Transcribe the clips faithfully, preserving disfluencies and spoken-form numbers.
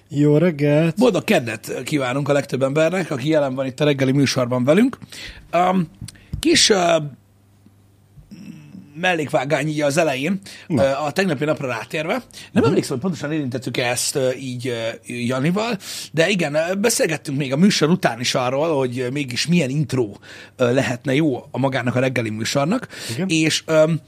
Jó reggelt! Boldog keddet kívánunk a legtöbb embernek, aki jelen van itt a reggeli műsorban velünk. Um, kis uh, mellékvágány így az elején, uh, a tegnapi napra rátérve. Nem uh-huh. emlékszem, hogy pontosan érintettük ezt uh, így uh, Janival, de igen, uh, beszélgettünk még a műsor után is arról, hogy uh, mégis milyen intro uh, lehetne jó a magának a reggeli műsornak. Igen. És um,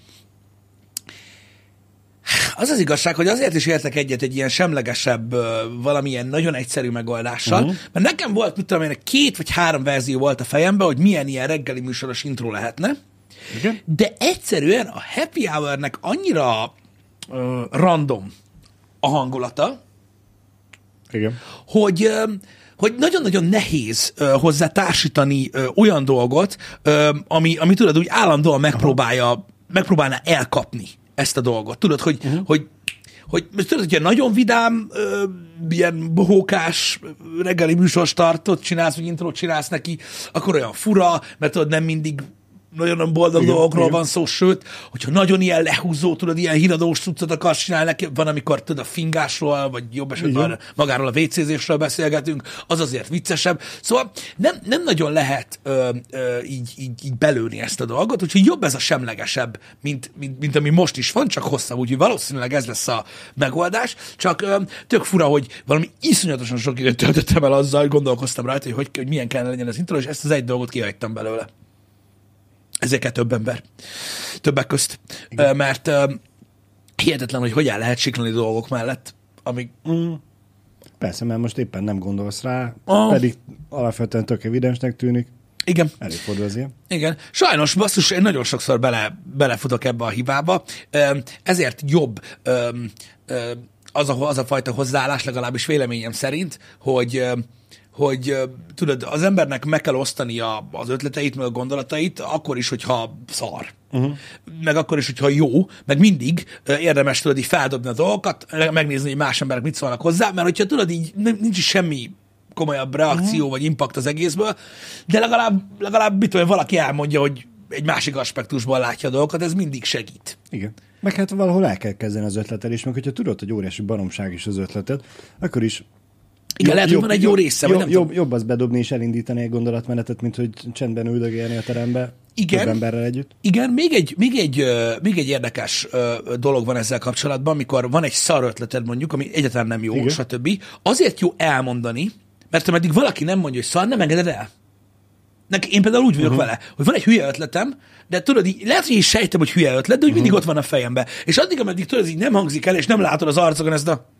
az az igazság, hogy azért is értek egyet egy ilyen semlegesebb, valamilyen nagyon egyszerű megoldással, uh-huh. mert nekem volt, mit tudom én, két vagy három verzió volt a fejemben, hogy milyen ilyen reggeli műsoros intro lehetne, igen. De egyszerűen a happy hour-nek annyira uh, random a hangulata, igen. hogy... Uh, hogy nagyon-nagyon nehéz uh, hozzá társítani uh, olyan dolgot, uh, ami, ami tudod, úgy állandóan megpróbálja, megpróbálná elkapni ezt a dolgot. Tudod, hogy, uh-huh. hogy, hogy tudod, hogyha nagyon vidám, ö, ilyen bohókás reggeli műsorstartot csinálsz, vagy intrót csinálsz neki, akkor olyan fura, mert tudod, nem mindig nagyon boldog igen, dolgokról igen. van szó, sőt, hogyha nagyon ilyen lehúzó, tudod, ilyen híradós cuccot akarsz csinálni neki, van, amikor tudod a fingásról, vagy jobb esetben magáról a vécézésről beszélgetünk, az azért viccesebb. Szóval nem, nem nagyon lehet ö, ö, így, így, így belőni ezt a dolgot, úgyhogy jobb ez a semlegesebb, mint, mint, mint ami most is van, csak hosszabb, úgyhogy valószínűleg ez lesz a megoldás, csak ö, tök fura, hogy valami iszonyatosan sok időt töltöttem el azzal, hogy gondolkoztam rajta, hogy, hogy, hogy milyen kellene legyen az intro, és ezt az egy dolgot kihagytam belőle. Ezért kell több ember. Többek közt. Igen. Mert uh, hihetetlen, hogy hogyan lehet siklani dolgok mellett, amik... Mm. Persze, mert most éppen nem gondolsz rá, oh. pedig alapvetően tök evidensnek tűnik. Igen. Előfordul az ilyen. Igen. Sajnos, basszus, én nagyon sokszor bele, belefutok ebbe a hibába, ezért jobb az a, az a fajta hozzáállás, legalábbis véleményem szerint, hogy hogy tudod, az embernek meg kell osztani a, az ötleteit, meg a gondolatait, akkor is, hogyha szar. Uh-huh. Meg akkor is, hogyha jó, meg mindig érdemes tudod így feldobni a dolgokat, megnézni, hogy más emberek mit szólnak hozzá, mert hogyha tudod, így nincs is semmi komolyabb reakció, uh-huh. vagy impact az egészből, de legalább, legalább mit tudom, valaki elmondja, hogy egy másik aspektusból látja a dolgokat, ez mindig segít. Igen. Meg hát valahol el kell kezdeni az ötletelés, meg hogyha tudod, hogy óriási baromság is az ötleted, akkor is igen, lehet, hogy van egy jó része, jobb, vagy nem jobb, tudom. Jobb az bedobni és elindítani egy gondolatmenetet, mint hogy csendben üldögélni a terembe, igen, több emberrel együtt. Igen, még egy, még egy, még egy érdekes dolog van ezzel kapcsolatban, amikor van egy szar ötleted mondjuk, ami egyáltalán nem jó, igen. stb. Azért jó elmondani, mert ameddig valaki nem mondja, hogy szar, nem engeded el. Neki, én például úgy vagyok uh-huh. vele, hogy van egy hülye ötletem, de tudod, így, lehet, hogy én sejtem, hogy hülye ötlet, de úgy uh-huh. mindig ott van a fejemben. És addig, ameddig tudod, így nem hangzik el, és nem látod az arcokon ezt a...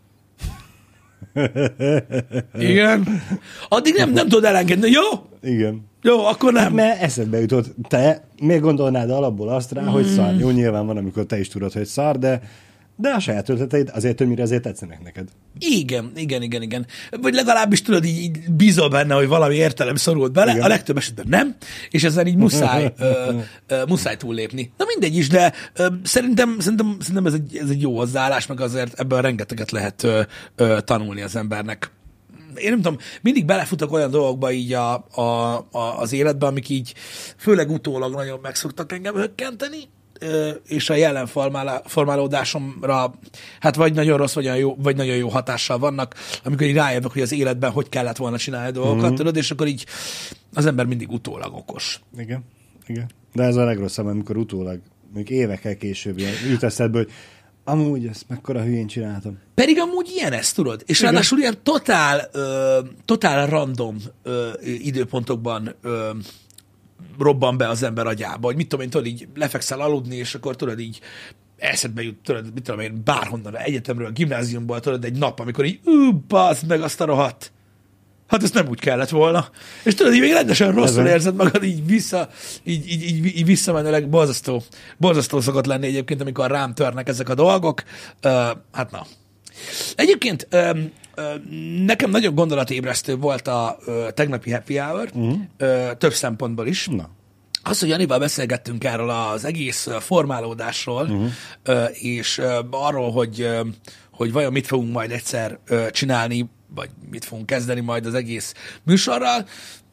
Igen. Addig nem, nem tudod elengedni. Jó? Igen. Jó, akkor nem. Mert eszedbe jutott. Te miért gondolnád alapból azt rá, mm. hogy szar? Jó, nyilván van, amikor te is tudod, hogy szar, de, de a saját ötleteid azért többnyire azért tetszenek neked. Igen, igen, igen, igen. Vagy legalábbis tudod, így, így bízol benne, hogy valami értelem szorult bele, igen. A legtöbb esetben nem, és ezzel így muszáj, ö, ö, muszáj túllépni. Na mindegy is, de ö, szerintem, szerintem, szerintem ez, egy, ez egy jó hozzáállás, meg azért ebben rengeteget lehet ö, ö, tanulni az embernek. Én nem tudom, mindig belefutok olyan dolgokba így a, a, a, az életben, amik így főleg utólag nagyon meg szoktak engem hökkenteni, és a jelen formálódásomra hát vagy nagyon rossz, vagy nagyon jó, vagy nagyon jó hatással vannak, amikor így rájövök, hogy az életben hogy kellett volna csinálni dolgokat, mm-hmm. tudod, és akkor így az ember mindig utólag okos. Igen, igen. De ez a legrosszabb, amikor utólag, még évekkel később jut eszedbe, hogy amúgy ezt mekkora hülyén csináltam. Pedig amúgy ilyen ez, tudod? És igen. Ráadásul ilyen totál, ö, totál random ö, időpontokban ö, robban be az ember agyába, hogy mit tudom én, tudod, így lefekszel aludni, és akkor tudod így eszedbe jut, tudod, mit tudom én, bárhonnan, egyetemről, gimnáziumból, tudod, egy nap, amikor így, ú, baszd meg azt a rohadt. Hát ezt nem úgy kellett volna. És tudod, így még rendesen rosszul érzed magad, így vissza, így, így, így, így visszamenőleg borzasztó, borzasztó szokott lenni egyébként, amikor rám törnek ezek a dolgok. Uh, hát na. Egyébként um, nekem nagyon gondolatébresztő volt a uh, tegnapi happy hour, uh-huh. uh, több szempontból is. Na. Az, hogy Janival beszélgettünk erről az egész formálódásról, uh-huh. uh, és uh, arról, hogy, uh, hogy vajon mit fogunk majd egyszer uh, csinálni, vagy mit fogunk kezdeni majd az egész műsorral,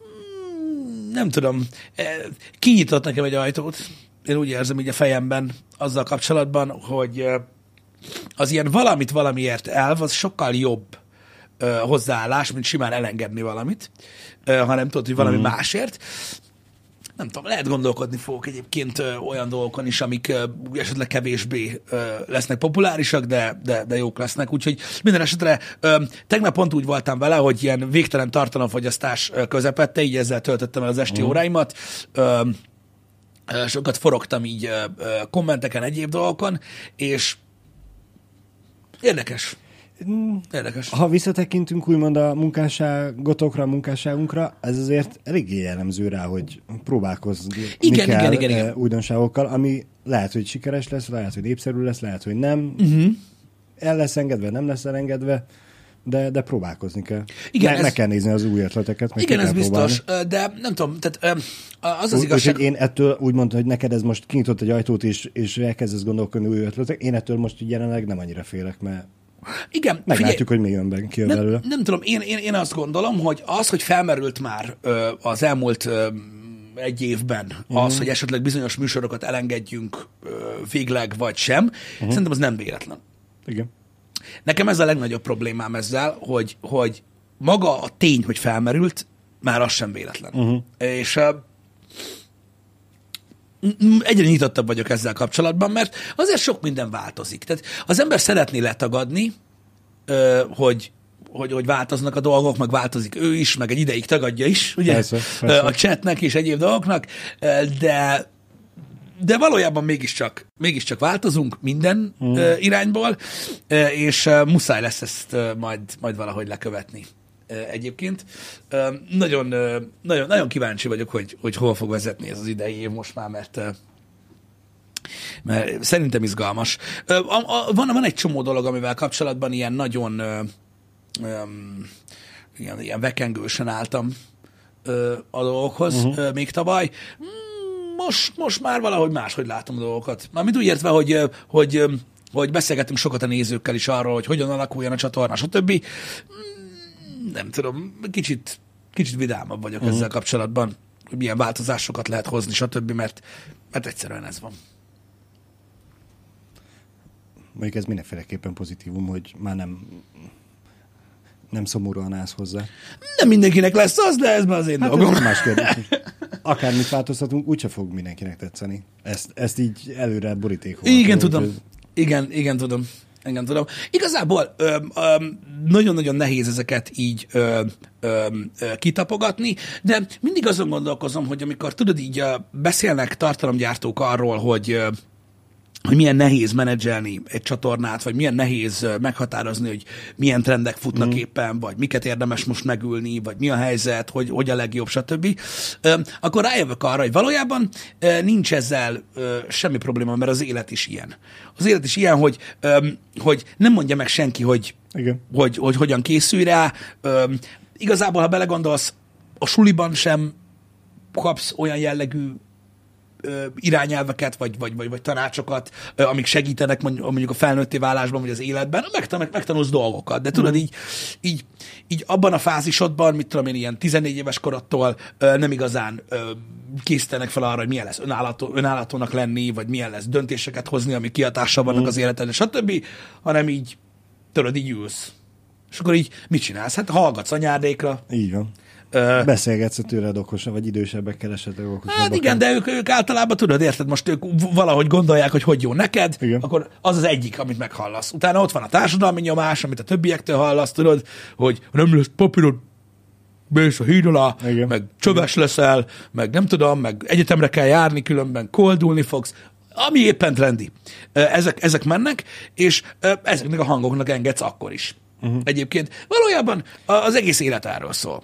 nem tudom, kinyitott nekem egy ajtót, én úgy érzem így a fejemben azzal kapcsolatban, hogy az ilyen valamit valamiért elv, az sokkal jobb, ö, hozzáállás, mint simán elengedni valamit, ö, hanem tudod, hogy valami mm. másért. Nem tudom, lehet gondolkodni fogok egyébként ö, olyan dolgokon is, amik ö, esetleg kevésbé ö, lesznek populárisak, de, de, de jók lesznek. Úgyhogy minden esetre ö, tegnap pont úgy voltam vele, hogy ilyen végtelen tartalomfogyasztás ö, közepette, így ezzel töltöttem el az esti mm. óráimat. Ö, ö, sokat forogtam így ö, ö, kommenteken, egyéb dolgokon, és érdekes. Érdekes. Ha visszatekintünk úgymond a munkásságotokra, a munkásságunkra, ez azért eléggé jellemző rá, hogy próbálkozni igen, kell igen, igen, igen. újdonságokkal, ami lehet, hogy sikeres lesz, lehet, hogy népszerű lesz, lehet, hogy nem. Uh-huh. El lesz engedve, nem lesz elengedve, de, de próbálkozni kell. Igen, ne, ez... meg kell nézni az új ötleteket. Meg igen, ez biztos, próbálni. De nem tudom, tehát az az Úgy, igazság... Úgyhogy én ettől úgy mondtam, hogy neked ez most kinyitott egy ajtót, és, és elkezdesz gondolkodni új ötletek. Én ettől most így jelenleg nem annyira félek, mert igen, meglátjuk, figyelj, hogy mi jön be, ki jön nem, belőle. Nem tudom, én, én, én azt gondolom, hogy az, hogy felmerült már ö, az elmúlt ö, egy évben uh-huh. az, hogy esetleg bizonyos műsorokat elengedjünk ö, végleg, vagy sem, uh-huh. szerintem az nem véletlen. Igen. Nekem ez a legnagyobb problémám ezzel, hogy, hogy maga a tény, hogy felmerült, már az sem véletlen. Uh-huh. És uh, egyre nyitottabb vagyok ezzel kapcsolatban, mert azért sok minden változik. Tehát az ember szeretné letagadni, uh, hogy, hogy, hogy változnak a dolgok, meg változik ő is, meg egy ideig tagadja is, ugye? Persze, persze. A chatnek és egyéb dolgoknak, de De valójában mégiscsak, mégiscsak változunk minden mm. uh, irányból, uh, és uh, muszáj lesz ezt uh, majd, majd valahogy lekövetni uh, egyébként. Uh, nagyon, uh, nagyon, nagyon kíváncsi vagyok, hogy, hogy hol fog vezetni ez az idei év most már, mert, uh, mert szerintem izgalmas. Uh, a, a, van, van egy csomó dolog, amivel kapcsolatban ilyen nagyon uh, um, ilyen, ilyen vekengősen álltam uh, a dolgokhoz uh-huh. uh, még tavaly. Most, most már valahogy máshogy látom a dolgokat. Mármint úgy értve, hogy, hogy, hogy beszélgettünk sokat a nézőkkel is arról, hogy hogyan alakuljon a csatorna, stb. Nem tudom, kicsit, kicsit vidámabb vagyok uh-huh. ezzel kapcsolatban, hogy milyen változásokat lehet hozni, stb., mert, mert egyszerűen ez van. Mondjuk ez mindenféleképpen pozitívum, hogy már nem, nem szomorúan állsz hozzá. Nem mindenkinek lesz az, de ez már az én hát dolgom. Ez más kérdés. Akármit változtatunk, úgyse fog mindenkinek tetszeni. Ezt, ezt így előre borítékolható. Igen, tudom. Hogy... Igen, igen, tudom. Igen, tudom. Igazából ö, ö, nagyon-nagyon nehéz ezeket így ö, ö, ö, kitapogatni, de mindig azon gondolkozom, hogy amikor tudod, így ö, beszélnek tartalomgyártók arról, hogy ö, hogy milyen nehéz menedzselni egy csatornát, vagy milyen nehéz meghatározni, hogy milyen trendek futnak mm. éppen, vagy miket érdemes most megülni, vagy mi a helyzet, hogy, hogy a legjobb, stb. Akkor rájövök arra, hogy valójában nincs ezzel semmi probléma, mert az élet is ilyen. Az élet is ilyen, hogy, hogy nem mondja meg senki, hogy, hogy, hogy, hogy hogyan készülj rá. Igazából, ha belegondolsz, a suliban sem kapsz olyan jellegű irányelveket, vagy, vagy, vagy, vagy tanácsokat, amik segítenek mondjuk a felnőtté válásban, vagy az életben, megtanul, megtanulsz dolgokat, de tudod, mm. így, így, így abban a fázisodban, mit tudom én, ilyen tizennégy éves korodtól nem igazán készítenek fel arra, hogy milyen lesz önállátó, önállátónak lenni, vagy milyen lesz döntéseket hozni, amik kihatással vannak mm. az életedre, stb., hanem így, tudod, így ülsz. És akkor így mit csinálsz? Hát hallgatsz anyádékra. Így van. Uh, Beszélgetsz a tőled okosan, vagy idősebbekkel esetleg okosabbakkel. Hát igen, de ők, ők általában tudod, érted, most ők valahogy gondolják, hogy hogy jó neked, igen. Akkor az az egyik, amit meghallasz. Utána ott van a társadalmi nyomás, amit a többiektől hallasz, tudod, hogy nem lesz papírod, mész a híd alá, igen. meg csöves igen. leszel, meg nem tudom, meg egyetemre kell járni, különben koldulni fogsz, ami éppen trendi. Ezek, ezek mennek, és ezeknek a hangoknak engedsz akkor is. Uh-huh. Egyébként valójában az egész élet erről szól.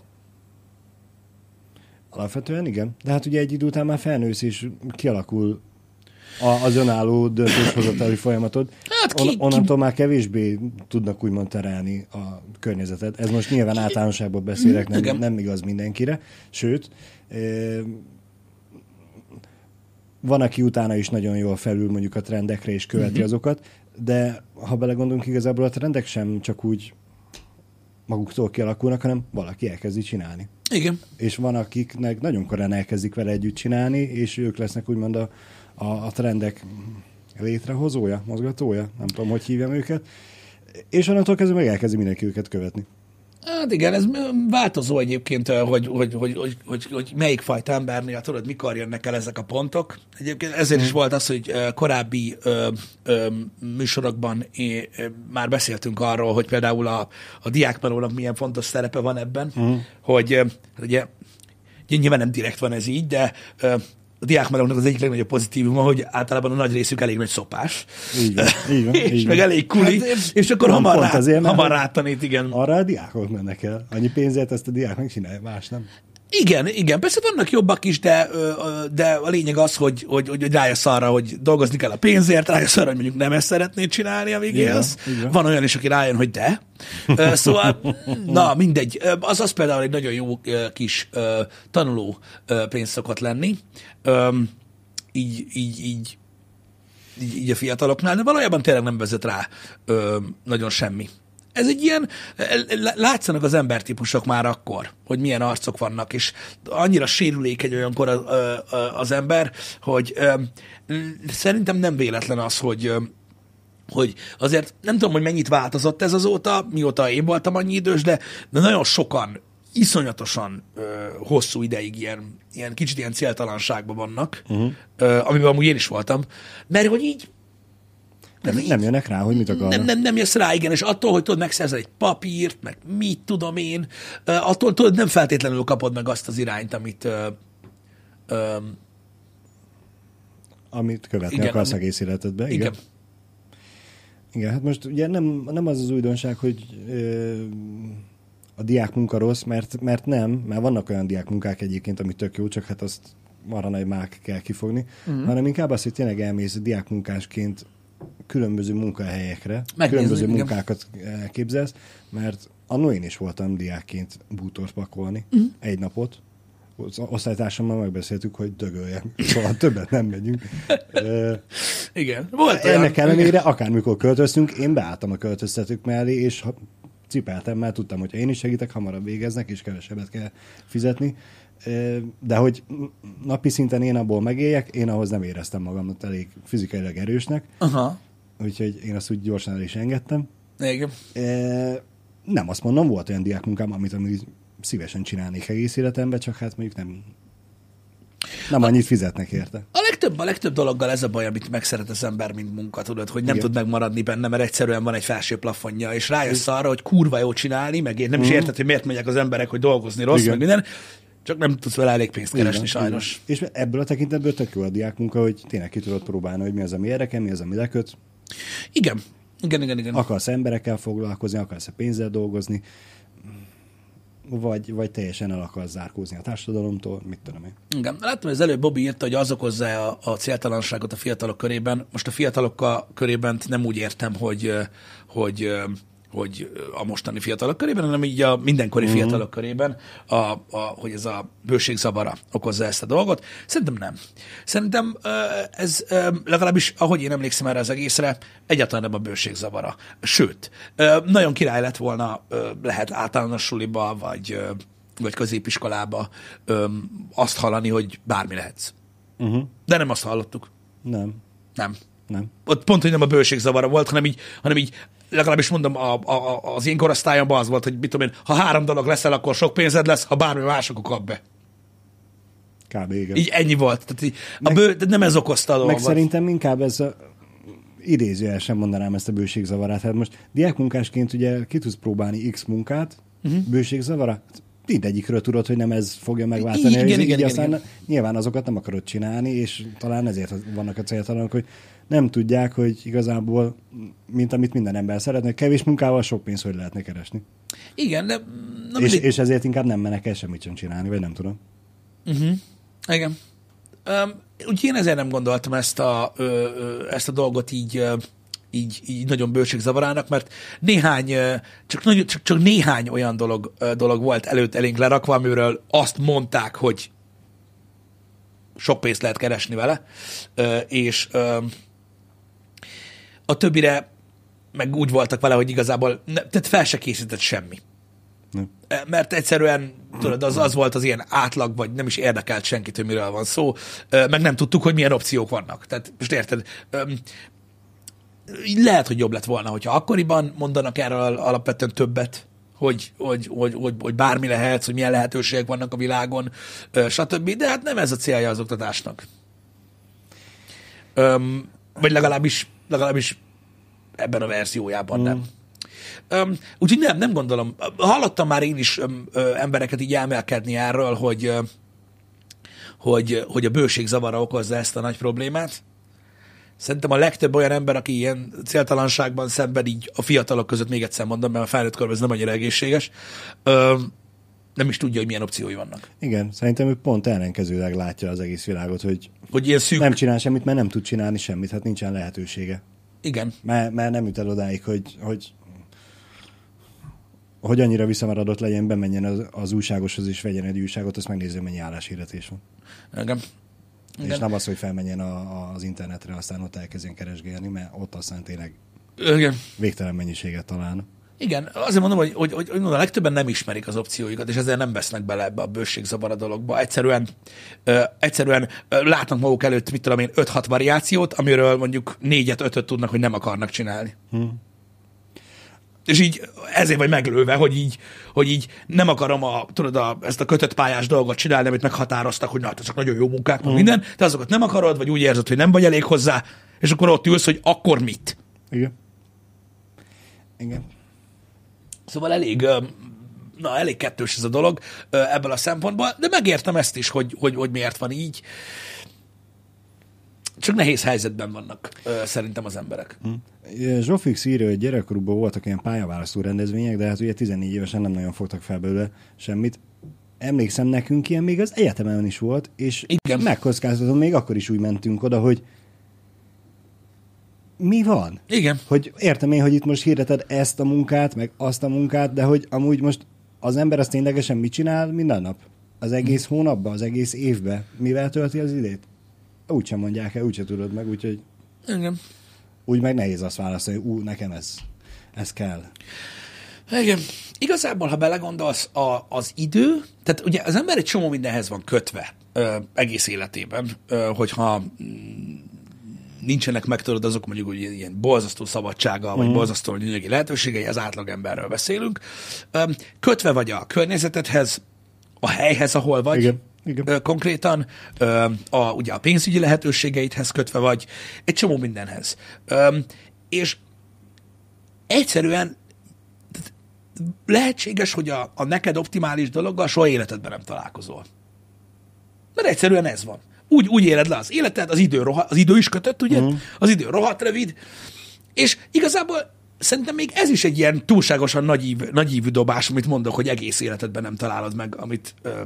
Alapvetően igen. De hát ugye egy idő után már felnősz, és kialakul az önálló döntéshozatali folyamatod. Hát ki, On, onnantól ki... már kevésbé tudnak úgymond terelni a környezetet. Ez most nyilván általánosságban beszélek, nem, nem igaz mindenkire. Sőt, van, aki utána is nagyon jól felül mondjuk a trendekre, és követi uh-huh. azokat, de ha belegondolunk, igazából a trendek sem csak úgy maguktól kialakulnak, hanem valaki elkezdi csinálni. Igen. És van, akiknek nagyon korán elkezdik vele együtt csinálni, és ők lesznek úgymond a, a, a trendek létrehozója, mozgatója, nem tudom, hogy hívjam őket, és onnantól kezdve meg elkezdi mindenki őket követni. Hát igen, ez változó egyébként, hogy, hogy, hogy, hogy, hogy, hogy melyik fajta embernél, tudod, mikor jönnek el ezek a pontok. Egyébként ezért is volt az, hogy korábbi ö, ö, műsorokban é, már beszéltünk arról, hogy például a, a diákmelónak milyen fontos szerepe van ebben, uh-huh. hogy hát ugye nyilván nem direkt van ez így, de ö, a diákmelónak az egyik legnagyobb pozitívuma, hogy általában a nagy részük elég nagy szopás. Így van, így van, és így meg van. elég kuli, hát, és akkor hamar, rá, azért, hamar rátanít, igen. Arra a diákok mennek el. Annyi pénzért ezt a diák megcsinálja, más nem. Igen, igen, persze vannak jobbak is, de, de a lényeg az, hogy, hogy, hogy rájössz arra, hogy dolgozni kell a pénzért, rájössz arra, hogy mondjuk nem ezt szeretnéd csinálni, amíg élsz. Van olyan is, aki rájön, hogy de. Szóval, na mindegy. Az az például egy nagyon jó kis tanuló pénz szokott lenni. Így, így, így, így, így a fiataloknál, de valójában tényleg nem vezet rá nagyon semmi. Ez egy ilyen, látszanak az embertípusok már akkor, hogy milyen arcok vannak, és annyira sérülékeny olyankor az, az ember, hogy szerintem nem véletlen az, hogy, hogy azért nem tudom, hogy mennyit változott ez azóta, mióta én voltam annyi idős, de, de nagyon sokan iszonyatosan hosszú ideig ilyen, ilyen kicsit ilyen céltalanságban vannak, uh-huh. amiben amúgy én is voltam, mert hogy így Nem, nem jönnek rá, hogy mit akarnak. Nem, nem, nem jössz rá, igen, és attól, hogy tudod megszerzel egy papírt, meg mit tudom én, attól tudod, nem feltétlenül kapod meg azt az irányt, amit ö, ö, amit követni igen, akarsz ami... egész életedbe. Igen. igen. Igen, hát most ugye nem, nem az az újdonság, hogy ö, a diákmunka rossz, mert, mert nem, mert vannak olyan diákmunkák egyébként, ami tök jó, csak hát azt marha nagy mák kell kifogni, uh-huh. hanem inkább az, hogy tényleg elmész diákmunkásként különböző munkahelyekre, Megnézni, különböző igen. munkákat képzelsz, mert annó én is voltam diákként bútort pakolni uh-huh. egy napot. Az osztálytársammal megbeszéltük, hogy dögöljen, szóval többet nem megyünk. Igen. Volt Ennek olyan. ellenére, akármikor költöztünk, én beálltam a költöztetők mellé, és cipeltem, mert tudtam, hogy én is segítek, hamarabb végeznek, és kevesebbet kell fizetni. De hogy napi szinten én abból megéljek, én ahhoz nem éreztem magamat elég fizikailag erősnek. Aha. Úgyhogy én azt úgy gyorsan el is engedtem. Igen. Nem azt mondom, volt olyan diákmunkám, amit, amit szívesen csinálnék egész életemben, csak hát mondjuk nem, nem a, annyit fizetnek érte. A legtöbb, a legtöbb dologgal ez a baj, amit megszeret az ember, mint munka, tudod, hogy nem Igen. tud megmaradni benne, mert egyszerűen van egy felső plafonja, és rájössz arra, hogy kurva jó csinálni, meg én nem is érted, hogy miért megyek az emberek, hogy dolgozni rossz, Igen. meg minden. Csak nem tudsz vele elég pénzt keresni, igen, sajnos. Igen. És ebből a tekintetből tök jó a diákmunka, hogy tényleg ki tudod próbálni, hogy mi az, ami érdekel, mi az, ami leköt. Igen. Igen, igen, igen. Akarsz emberekkel foglalkozni, akarsz pénzzel dolgozni, vagy, vagy teljesen el akarsz zárkózni a társadalomtól, mit tudom én. Igen. Láttam, hogy az előbb Bobby írta, hogy az okozza a, a céltalanságot a fiatalok körében. Most a fiatalok körében nem úgy értem, hogy, hogy hogy a mostani fiatalok körében, hanem így a mindenkori uh-huh. fiatalok körében, a, a, hogy ez a bőségzavara okozza ezt a dolgot. Szerintem nem. Szerintem ez legalábbis, ahogy én emlékszem erre az egészre, egyáltalán nem a bőségzavara. Sőt, nagyon király lett volna, lehet általános suliba, vagy, vagy középiskolába azt hallani, hogy bármi lehetsz. Uh-huh. De nem azt hallottuk. Nem. Nem. Nem. Ott pont, hogy nem a bőségzavara volt, hanem így, hanem így legalábbis mondom, a, a, az én korosztályomban az volt, hogy mit tudom én, ha három dolog leszel, akkor sok pénzed lesz, ha bármi más, akkor kap be. Kb. Igen. Így ennyi volt. Tehát így, meg, a bő, nem ez okozta a dolgot. Meg szerintem inkább ez a idézőjel sem mondanám ezt a bőségzavarát. Hát most diákmunkásként ugye ki tudsz próbálni X munkát, uh-huh. bőségzavara, mindegyikről tudod, hogy nem ez fogja megváltani. Igen, igen, igen, aztán igen. Nyilván azokat nem akarod csinálni, és talán ezért vannak a céltalanok, hogy nem tudják, hogy igazából, mint amit minden ember szeretne, kevés munkával sok pénzt hogy lehetne keresni. Igen, de... És, mindig... és ezért inkább nem mennek el semmit sem csinálni, vagy nem tudom. Uh-huh. Igen. Um, úgyhogy én ezért nem gondoltam ezt a, ö, ö, ezt a dolgot így, ö, így, így nagyon bőségzavarának, mert néhány, ö, csak, nagyon, csak, csak néhány olyan dolog, ö, dolog volt előtt elénk lerakva, amiről azt mondták, hogy sok pénzt lehet keresni vele, ö, és ö, a többire meg úgy voltak vele, hogy igazából ne, tehát fel se készített semmi. Nem. Mert egyszerűen, tudod, az, az volt az ilyen átlag, vagy nem is érdekelt senkit, hogy miről van szó, meg nem tudtuk, hogy milyen opciók vannak. Tehát most érted, lehet, hogy jobb lett volna, hogyha akkoriban mondanak erről alapvetően többet, hogy, hogy, hogy, hogy, hogy bármi lehetsz, hogy milyen lehetőségek vannak a világon, stb. De hát nem ez a célja az oktatásnak. Öm, vagy legalábbis, legalábbis ebben a verziójában mm. nem. Öm, úgyhogy nem, nem gondolom. Hallottam már én is öm, ö, embereket így elmélkedni erről, hogy, ö, hogy, hogy a bőség zavara okozza ezt a nagy problémát. Szerintem a legtöbb olyan ember, aki ilyen céltalanságban szenved, így a fiatalok között, még egyszer mondom, mert a felnőtt korban ez nem annyira egészséges, öm, nem is tudja, hogy milyen opciói vannak. Igen, szerintem ő pont ellenkezőleg látja az egész világot, hogy, hogy ilyen szűk... nem csinál semmit, mert nem tud csinálni semmit, hát nincsen lehetősége. Igen. Mert, mert nem jut el odáig, hogy, hogy, hogy annyira visszamaradott legyen, bemenjen az, az újságoshoz és vegyen egy újságot, azt megnézzem, mennyi álláshirdetés van. Igen. És Igen. nem az, hogy felmenjen a, a, az internetre, aztán ott elkezdjen keresgélni, mert ott aztán tényleg Igen. végtelen mennyiséget találna. Igen, azért mondom, hogy, hogy, hogy, hogy mondom, a legtöbben nem ismerik az opcióikat, és ezzel nem vesznek bele ebbe a bőségzavar dologba. Egyszerűen, ö, egyszerűen ö, látnak maguk előtt, mit tudom én, öt-hat variációt, amiről mondjuk négyet, ötöt tudnak, hogy nem akarnak csinálni. Hmm. És így ezért vagy meglőve, hogy így, hogy így nem akarom a, tudod, a, ezt a kötött pályás dolgot csinálni, amit meghatároztak, hogy na, ezek nagyon jó munkák, hmm. minden, te azokat nem akarod, vagy úgy érzed, hogy nem vagy elég hozzá, és akkor ott ülsz, hogy akkor mit? Igen. Igen. Szóval elég, na, elég kettős ez a dolog ebből a szempontból, de megértem ezt is, hogy, hogy, hogy miért van így. Csak nehéz helyzetben vannak szerintem az emberek. Zsófix írja, hogy gyerekkorukban voltak ilyen pályaválasztó rendezvények, de hát ugye tizennégy évesen nem nagyon fogtak fel belőle semmit. Emlékszem, nekünk ilyen még az egyetemen is volt, és Igen. megkockáztatom, még akkor is úgy mentünk oda, hogy mi van? Igen. Hogy értem én, hogy itt most hirdeted ezt a munkát, meg azt a munkát, de hogy amúgy most az ember az ténylegesen mit csinál minden nap? Az egész hmm. hónapban, az egész évben? Mivel tölti az idét? Úgy sem mondják el, úgy sem tudod meg, úgyhogy Igen. úgy meg nehéz azt válaszolni, ú, nekem ez, ez kell. Igen. Igazából, ha belegondolsz, a, az idő, tehát ugye az ember egy csomó mindenhez van kötve ö, egész életében, ö, hogyha nincsenek meg, tudod, azok mondjuk, hogy ilyen borzasztó szabadsága, vagy mm. borzasztó anyagi lehetőségei, az átlagemberről beszélünk. Kötve vagy a környezetedhez, a helyhez, ahol vagy, Igen. Igen. konkrétan, a, ugye a pénzügyi lehetőségeidhez kötve vagy, egy csomó mindenhez. És egyszerűen lehetséges, hogy a, a neked optimális dologgal soha életedben nem találkozol. Mert egyszerűen ez van. Úgy, úgy éled le az életed, az idő, roha, az idő is kötött, ugye? Mm. Az idő rohadt rövid, és igazából szerintem még ez is egy ilyen túlságosan nagyív, nagyívű dobás, amit mondok, hogy egész életedben nem találod meg, amit, ö,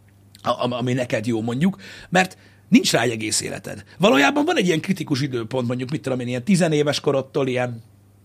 ami neked jó, mondjuk, mert nincs rá egy egész életed. Valójában van egy ilyen kritikus időpont, mondjuk, mit tudom én, ilyen tizenéves korodtól, ilyen,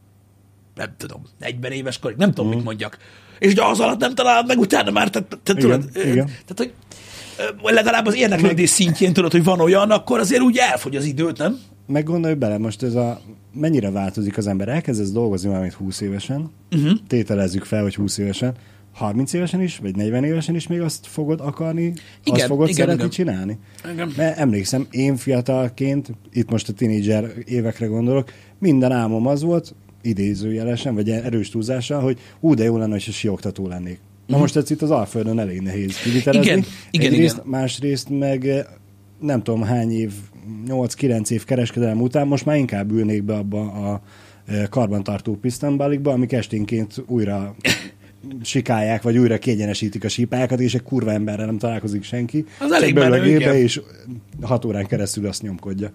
nem tudom, negyven éves korig, nem tudom, mm. mit mondjak. És ugye az alatt nem találod meg, utána már, te, te, te tudod, tehát, hogy legalább az érdeklődés szintjén tudod, hogy van olyan, akkor azért úgy elfogy az időt, nem? Meg gondolj bele, most ez a mennyire változik az ember. Elkezdesz dolgozni valamit húsz évesen, uh-huh. tételezzük fel, hogy húsz évesen, harminc évesen is, vagy negyven évesen is még azt fogod akarni, igen, azt fogod igen, szeretni igen. csinálni. Igen. Mert emlékszem, én fiatalként, itt most a tínédzser évekre gondolok, minden álmom az volt, idézőjelesen, vagy erős túlzással, hogy ú, de jó lenne, hogy sioktató lennék. Na uh-huh. most ez itt az Alföldön elég nehéz kivitelezni. Igen, igen, Egyrészt, igen. Másrészt meg nem tudom hány év, nyolc-kilenc év kereskedelem után most már inkább ülnék be abba a karbantartó pisztánbalikba, amik esténként újra sikálják, vagy újra kiegyenesítik a sípályákat, és egy kurva emberrel nem találkozik senki. Az elég menő, igen. És hat órán keresztül azt nyomkodja.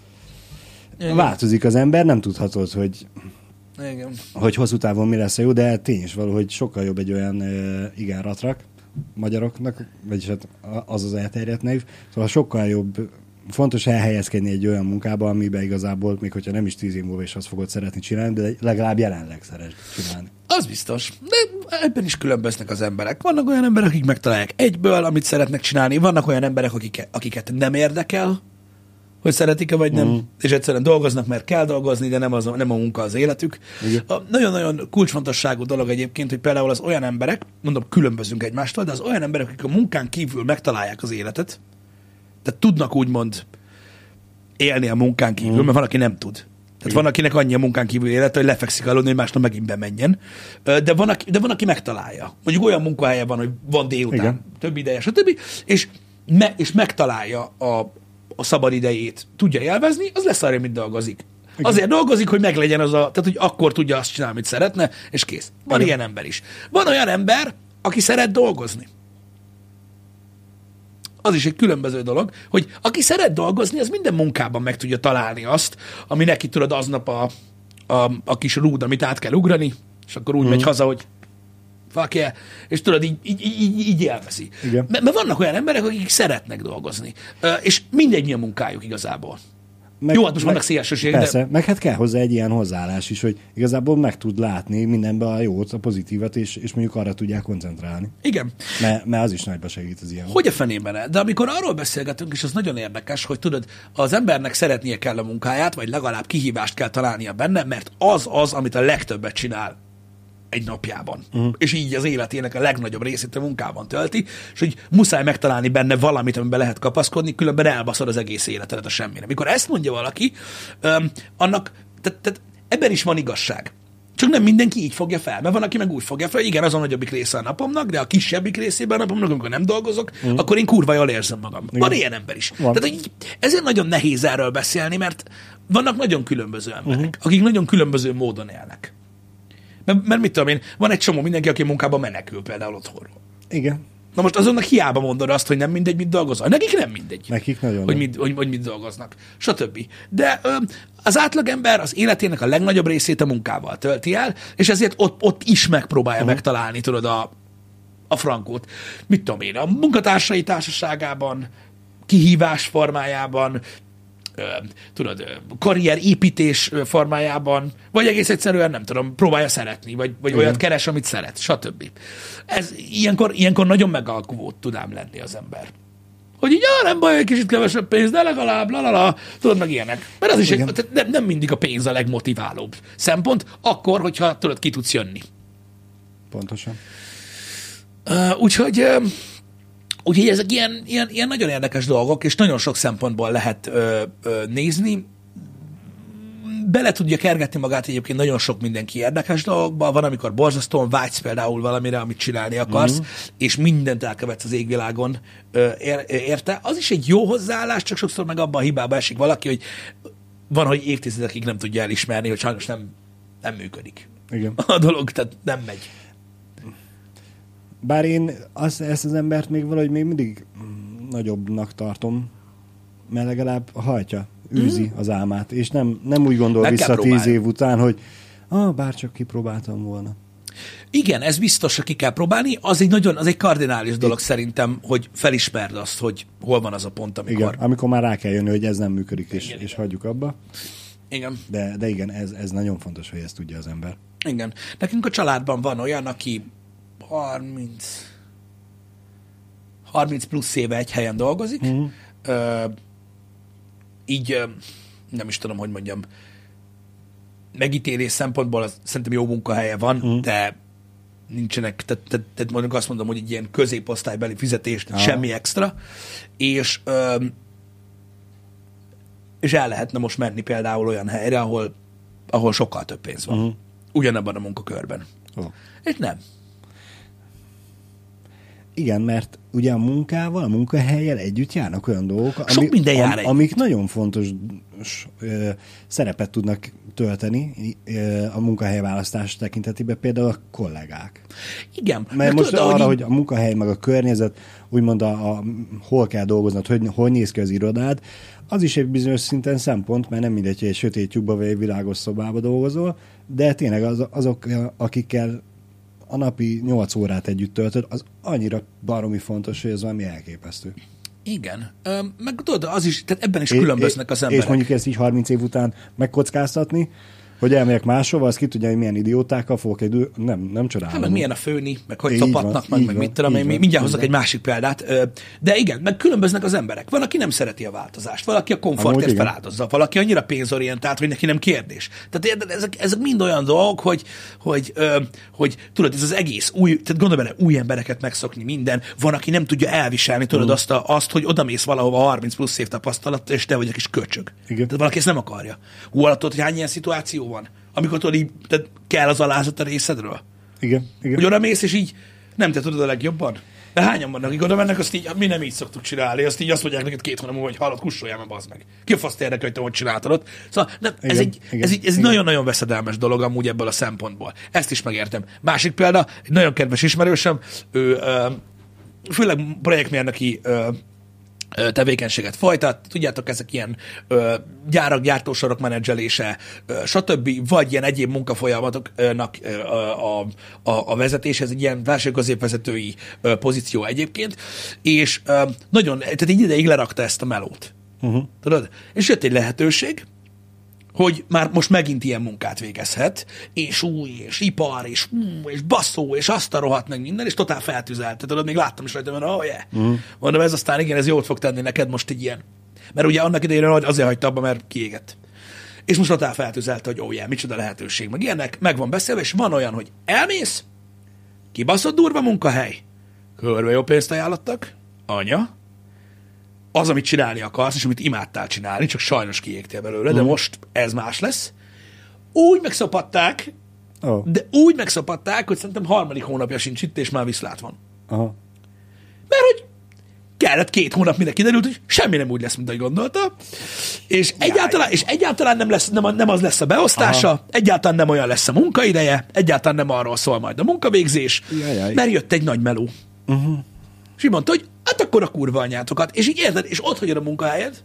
Igen. Változik az ember, nem tudhatod, hogy Igen. hogy hosszú távon mi lesz a jó, de tény is való, hogy sokkal jobb egy olyan igen ratrak magyaroknak, vagyis hát az az elterjedt név, szóval sokkal jobb, fontos elhelyezkedni egy olyan munkába, amiben igazából, még hogyha nem is tíz év múlva is azt fogod szeretni csinálni, de legalább jelenleg szeret csinálni. Az biztos. De ebben is különböznek az emberek. Vannak olyan emberek, akik megtalálják egyből, amit szeretnek csinálni, vannak olyan emberek, akik, akiket nem érdekel, hogy szeretik-e vagy nem, mm. és egyszerűen dolgoznak, mert kell dolgozni, de nem, az, nem a munka az életük. A nagyon-nagyon kulcsfontosságú dolog egyébként, hogy például az olyan emberek, mondom, különbözünk egymástól, de az olyan emberek, akik a munkán kívül megtalálják az életet, tehát tudnak úgymond élni a munkán kívül, mm. mert van, aki nem tud. Tehát van, akinek annyi a munkán kívül élete, hogy lefekszik aludni, hogy másnap megint bemenjen. De van, aki, de van, aki megtalálja. Mondjuk olyan munkahelye van, hogy van délután, igen, több ideje, stb. És, me, és megtalálja a, a szabad idejét, tudja élvezni, az lesz arra, mint dolgozik. Igen. Azért dolgozik, hogy meglegyen az a, tehát hogy akkor tudja azt csinálni, amit szeretne, és kész. Van igen, ilyen ember is. Van olyan ember, aki szeret dolgozni. Az is egy különböző dolog, hogy aki szeret dolgozni, az minden munkában meg tudja találni azt, ami neki tudod aznap a, a, a kis rúd, amit át kell ugrani, és akkor úgy mm. megy haza, hogy fuck yeah, és tudod, így, így, így, így élvezi. Mert, mert vannak olyan emberek, akik szeretnek dolgozni, és mindegy mi a munkájuk igazából. Meg, Jó, hát most meg, vannak szélsőségek. Persze, de... meg hát kell hozzá egy ilyen hozzáállás is, hogy igazából meg tud látni mindenben a jót, a pozitívat, és, és mondjuk arra tudják koncentrálni. Igen. Mert, mert az is nagyba segít az ilyen. Hogy a fenében? De amikor arról beszélgetünk, és az nagyon érdekes, hogy tudod, az embernek szeretnie kell a munkáját, vagy legalább kihívást kell találnia benne, mert az az, amit a legtöbbet csinál egy napjában. Uh-huh. És így az életének a legnagyobb részét a munkában tölti, és hogy muszáj megtalálni benne valamit, amiben lehet kapaszkodni, különben elbaszod az egész életedet a semmire. Mikor ezt mondja valaki, öm, annak, tehát, tehát ebben is van igazság. Csak nem mindenki így fogja fel, mert van, aki meg úgy fogja fel, igen, az a nagyobbik része a napomnak, de a kisebbik részében a napomnak, amikor nem dolgozok, uh-huh, akkor én kurva jól érzem magam. Igen. Van ilyen ember is. Van. Tehát így, ezért nagyon nehéz erről beszélni, mert vannak nagyon különböző emberek, uh-huh, akik nagyon különböző módon élnek. Mert, mert mit tudom én, van egy csomó mindenki, aki munkában menekül például otthonról. Igen. Na most azonnak hiába mondod azt, hogy nem mindegy, mit dolgozol. Nekik nem mindegy. Nekik nagyon hogy mit, hogy, hogy mit dolgoznak. Stb. De ö, az átlagember az életének a legnagyobb részét a munkával tölti el, és ezért ott, ott is megpróbálja uh-huh, megtalálni, tudod, a, a frankót. Mit tudom én, a munkatársai társaságában, kihívás formájában, tudod, karrierépítés formájában, vagy egész egyszerűen, nem tudom, próbálja szeretni, vagy, vagy olyat keres, amit szeret, stb. Ez ilyenkor, ilyenkor nagyon megalkuvót tudám lenni az ember. Hogy így, ah, nem baj, egy kicsit kevesebb pénz, de legalább, lalala, tudod, meg ilyenek. Mert az is egy, nem, nem mindig a pénz a legmotiválóbb szempont, akkor, hogyha tudod, ki tudsz jönni. Pontosan. Uh, úgyhogy... Uh, Úgyhogy ezek ilyen, ilyen, ilyen nagyon érdekes dolgok, és nagyon sok szempontból lehet ö, ö, nézni. Bele tudja kergetni magát egyébként nagyon sok mindenki érdekes dolgokba. Van, amikor borzasztóan vágysz például valamire, amit csinálni akarsz, mm-hmm, és mindent elkövetsz az égvilágon ö, ér, érte. Az is egy jó hozzáállás, csak sokszor meg abban a hibába esik valaki, hogy van, hogy évtizedekig nem tudja elismerni, hogy sajnos nem, nem működik. Igen. A dolog, tehát nem megy. Bár én azt, ezt az embert még valahogy még mindig nagyobbnak tartom, mert legalább hajtja, űzi mm. az álmát, és nem, nem úgy gondol meg vissza tíz év után, hogy ah, bárcsak kipróbáltam volna. Igen, ez biztos, hogy ki kell próbálni. Az egy nagyon, az egy kardinális dolog szerintem, hogy felismerd azt, hogy hol van az a pont, amikor... Igen, amikor már rá kell jönni, hogy ez nem működik, és, igen, és hagyjuk abba. Igen. De, de igen, ez, ez nagyon fontos, hogy ezt tudja az ember. Igen. Nekünk a családban van olyan, aki harminc, harminc plusz éve egy helyen dolgozik, mm. Ö, így ö, nem is tudom, hogy mondjam, megítélés szempontból az, szerintem jó munkahelye van, mm. de nincsenek, tehát, tehát, tehát mondjuk azt mondom, hogy egy ilyen középosztálybeli fizetés, ah. semmi extra, és, ö, és el lehetne most menni például olyan helyre, ahol, ahol sokkal több pénz van. Mm. Ugyanabban a munkakörben. Oh. És nem. Igen, mert ugye a munkával, a munkahellyel együtt járnak olyan dolgok, Sok ami, minden jár am, amik nagyon fontos ö, szerepet tudnak tölteni ö, a munkahelyválasztás tekintetében, például a kollégák. Igen. Mert, mert most tudod, arra, hogy a munkahely meg a környezet, úgymond a, a, hol kell dolgoznod, hogy hol néz ki az irodád, az is egy bizonyos szinten szempont, mert nem mindegy, hogy egy sötét lyukba vagy egy világos szobába dolgozol, de tényleg az, azok, akikkel a napi nyolc órát együtt töltöd, az annyira baromi fontos, hogy ez valami elképesztő. Igen. Ö, meg tudod, az is, tehát ebben is é, különböznek az emberek. És mondjuk ezt így harminc év után megkockáztatni, Hogy elmegyek máshova, az ki tudja, hogy milyen idiótákkal fogok egy... Nem, nem csodálom. Hát meg milyen a főni, meg hogy Így szopatnak, van, meg, meg van, mit tudom, én van, mindjárt hozok van. egy másik példát. De igen, meg különböznek az emberek. Van, aki nem szereti a változást, valaki a komfortért feláldozza, valaki annyira pénzorientált, hogy neki nem kérdés. Tehát ezek, ezek mind olyan dolgok, hogy, hogy, hogy tudod, ez az egész új, tehát gondolj bele, új embereket megszokni minden. Van, aki nem tudja elviselni, tudod, mm. azt, a, azt, hogy odamész valahova harminc plusz év tapasztalat, és te vagy egy kis köcsög. Igen. Tehát valaki ezt nem akarja. Hú, alatt, hogy hány ilyen szituáció van? Amikor tudod, így, tehát kell az alázat a részedről? Igen, igen. Hogy oda mész, és így nem te tudod a legjobban? De hányan vannak, akik oda mennek, azt így, mi nem így szoktuk csinálni, azt így azt mondják neked két hónap múlva, hogy hallod, kussoljál, mert bazd meg. Ki a faszt érdekel, hogy te hogy csináltad ott? Szóval nem, igen, ez, egy, igen, ez, egy, ez egy nagyon-nagyon veszedelmes dolog amúgy ebből a szempontból. Ezt is megértem. Másik példa, egy nagyon kedves ismerősöm, ő ö, főleg projektmérnöki ö, tevékenységet folytat, tudjátok, ezek ilyen ö, gyárak, gyártósorok menedzselése, ö, stb., vagy ilyen egyéb munkafolyamatoknak ö, a, a, a vezetés, ez egy ilyen versenyközépvezetői ö, pozíció egyébként, és ö, nagyon, tehát egy ideig lerakta ezt a melót. Uh-huh. Tudod? És jött egy lehetőség, hogy már most megint ilyen munkát végezhet, és új, és ipar, és, és basszó, és azt a rohadt meg minden, és totál feltűzelt. Tehát még láttam is rajta, hogy oh yeah. uh-huh. Mondom, ez aztán igen, ez jót fog tenni neked most egy ilyen. Mert ugye annak idején azért hagyta abba, mert kiégett. És most totál feltűzelt, hogy oh yeah, micsoda lehetőség. Meg ilyenek, meg van beszélve, és van olyan, hogy elmész, kibaszott durva munkahely, körbe jó pénzt ajánlottak, anya, az, amit csinálni akarsz, és amit imádtál csinálni, csak sajnos kiégtél belőle, de most ez más lesz. Úgy megszopatták, oh. de úgy megszopatták, hogy szerintem harmadik hónapja sincs itt, és már viszlát van. Aha. Mert hogy kellett két hónap, mire kiderült, hogy semmi nem úgy lesz, mint ahogy gondolta, és egyáltalán, és egyáltalán nem, lesz, nem, nem az lesz a beosztása, aha. egyáltalán nem olyan lesz a munkaideje, egyáltalán nem arról szól majd a munkavégzés, Jajjaj. mert jött egy nagy meló. Uh-huh. És így mondta, hogy hát akkor a kurva anyátokat. És így érted, és ott hagyod a munkahelyed,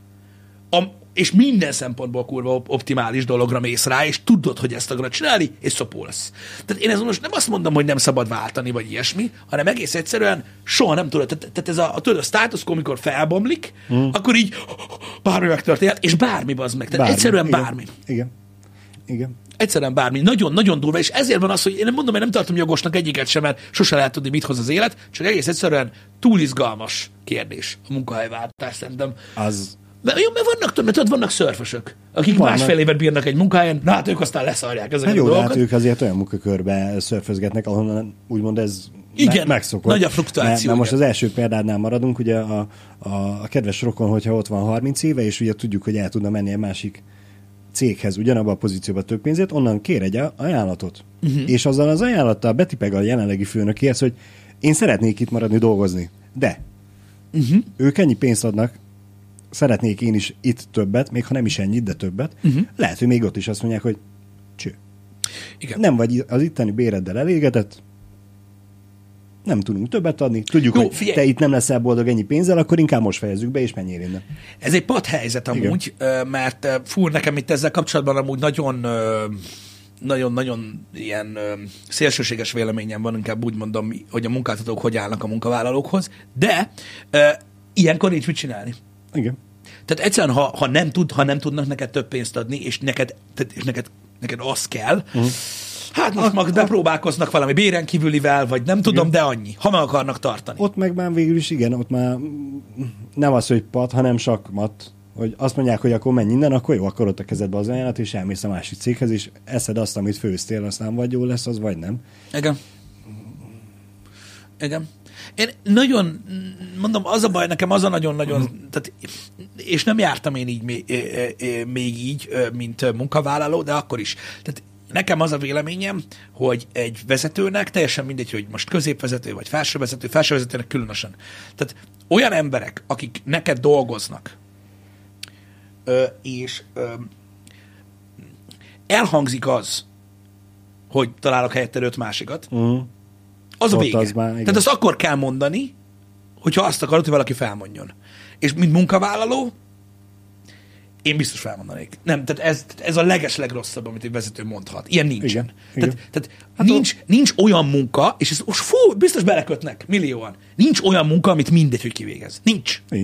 a, és minden szempontból kurva optimális dologra mész rá, és tudod, hogy ezt akarod csinálni, és szopó lesz. Tehát én ezt most nem azt mondom, hogy nem szabad váltani, vagy ilyesmi, hanem egész egyszerűen soha nem tudod. Tehát, tehát ez a, tudod, a status quo, amikor felbomlik, hmm. akkor így bármi megtörténhet, és bármi bazd meg. Tehát bármi. Egyszerűen igen. bármi. Igen. Igen. Egyszerűen bármi. Nagyon-nagyon durva, és ezért van az, hogy én nem mondom, hogy nem tartom jogosnak egyiket sem, mert sose lehet tudni, mit hoz az élet, csak egész egyszerűen túl izgalmas kérdés a munkahelyváltás, szerintem. Az... De jó, mert vannak, tudod, mert vannak szörfösök, akik vannak. Másfél évet bírnak egy munkahelyen, na hát ők aztán leszarják ezeket hát a jó, dolgokat. Hát ők azért olyan munkakörbe szörfözgetnek, ahonnan úgymond ez igen, me- megszokott. nagy a fluktuáció. Mert most az első példánál maradunk, ugye a, a, a kedves rokon, hogyha ott van harminc éve, és ugye tudjuk, hogy el tudna menni egy másik céghez ugyanabban a pozícióban több pénzért, onnan kér egy ajánlatot. Uh-huh. És azzal az ajánlattal betipeg a jelenlegi főnökéhez, hogy én szeretnék itt maradni dolgozni, de uh-huh. ők ennyi pénzt adnak, szeretnék én is itt többet, még ha nem is ennyit, de többet, uh-huh. lehet, hogy még ott is azt mondják, hogy cső. Igen. Nem vagy az itteni béreddel elégedett, nem tudunk többet adni, tudjuk, jó, hogy figyelj. Te itt nem leszel boldog ennyi pénzzel, akkor inkább most fejezzük be, és menjél innen. Ez egy padhelyzet amúgy, igen. mert fú, nekem itt ezzel kapcsolatban amúgy nagyon nagyon-nagyon ilyen szélsőséges véleményem van, inkább úgy mondom, hogy a munkáltatók hogy állnak a munkavállalókhoz, de ilyenkor nincs mit csinálni. Igen. Tehát egyszerűen, ha, ha, nem tud, ha nem tudnak neked több pénzt adni, és neked, és neked, neked az kell, uh-huh. hát most mag bepróbálkoznak valami béren kívülivel, vagy nem tudom, igen. de annyi, ha meg akarnak tartani. Ott meg már végül is igen, ott már nem az, hogy pad, hanem sakmat, hogy azt mondják, hogy akkor menj innen, akkor jó, akkor ott a kezedbe az ajánlat, és elmész a másik céghez, és eszed azt, amit főztél, aztán vagy jó lesz, az vagy nem. Igen. Igen. Én nagyon, mondom, az a baj, nekem az a nagyon-nagyon, uh-huh. tehát, és nem jártam én így még, még így, mint munkavállaló, de akkor is. Tehát nekem az a véleményem, hogy egy vezetőnek, teljesen mindegy, hogy most középvezető vagy felsővezető, felsővezetőnek különösen. Tehát olyan emberek, akik neked dolgoznak, és elhangzik az, hogy találok helyette öt másikat, uh-huh. az a vége. Az már, tehát azt akkor kell mondani, hogyha azt akarod, hogy valaki felmondjon. És mint munkavállaló, én biztos felmondanék. Nem, tehát ez, ez a leges legrosszabb, amit egy vezető mondhat. Ilyen nincsen. Igen, tehát, igen. tehát hát nincs, a... nincs olyan munka, és ez most fú, biztos belekötnek millióan. Nincs olyan munka, amit mindegy, hogy kivégez. Nincs. Nincs.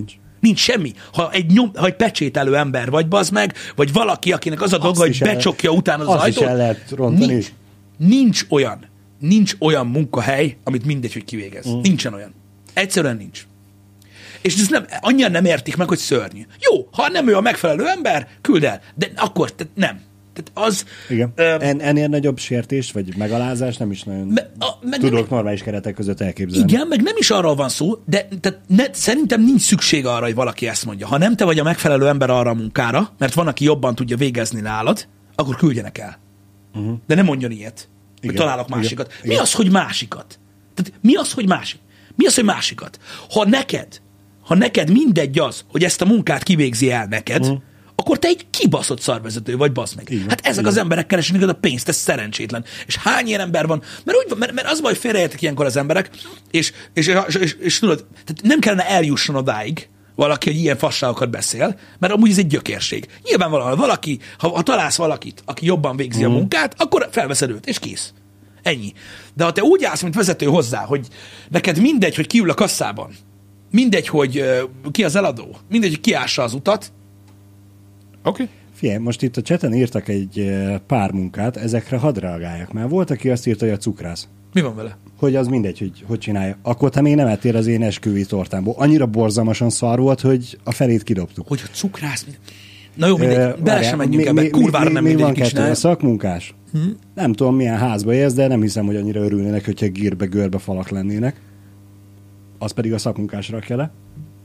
Nincs semmi. Ha egy, nyom, ha egy pecsételő ember vagy, bazd meg, vagy valaki, akinek az a dolga, hogy becsukja utána az azt ajtót. Is el lehet rontani. Nincs, nincs olyan, nincs olyan munkahely, amit mindegy, hogy kivégez. Mm. Nincsen olyan. Egyszerűen nincs. És ez nem, annyian nem értik meg, hogy szörnyű. Jó, ha nem ő a megfelelő ember, küld el. De akkor tehát nem. Tehát az... Igen. Ö, en, ennél nagyobb sértést, vagy megalázás nem is nagyon me, a, meg tudok nem, normális keretek között elképzelni. Igen, meg nem is arról van szó, de tehát ne, szerintem nincs szükség arra, hogy valaki ezt mondja. Ha nem te vagy a megfelelő ember arra a munkára, mert van, aki jobban tudja végezni nálad, akkor küldjenek el. Uh-huh. De nem mondjon ilyet, hogy igen, találok másikat. Igen, mi igen. az, hogy másikat? Tehát mi az, hogy másik? Mi az, hogy másikat? Ha neked, ha neked mindegy az, hogy ezt a munkát kivégzi el neked, uh-huh. akkor te egy kibaszott szarvezető vagy, basz meg. Igen, hát ezek igen. az emberek keresnek a pénzt, ez szerencsétlen. És hány ilyen ember van? Mert, úgy, mert, mert az baj, félreértek ilyenkor az emberek, és, és, és, és, és tudod, tehát nem kellene eljusson odáig valaki, hogy ilyen fasságokat beszél, mert amúgy ez egy gyökérség. Nyilvánvalóan valaki, ha, ha találsz valakit, aki jobban végzi mm. a munkát, akkor felveszed őt, és kész. Ennyi. De ha te úgy állsz, mint vezető hozzá, hogy neked mindegy, hogy ki ül a kasszában, mindegy, hogy uh, ki az eladó, mindegy, hogy ki ássa az utat, oké. Okay. Figyelj, most itt a cseten írtak egy pár munkát, ezekre hadd reagáljak. Már volt, aki azt írta, hogy a cukrász. Mi van vele? Hogy az mindegy, hogy hogy csinálja. Akkor te még nem ettél az én esküvői tortámból. Annyira borzalmasan szar volt, hogy a felét kidobtuk. Hogy a cukrász... Na jó, mindegy, uh, bele sem menjünk ebbe. Kurvára nem mindegy, ki csinálja. A szakmunkás? Hmm? Nem tudom, milyen házba élsz, de nem hiszem, hogy annyira örülnének, hogyha gírbe-görbe falak lennének. Az pedig a szakmunkásra kell le.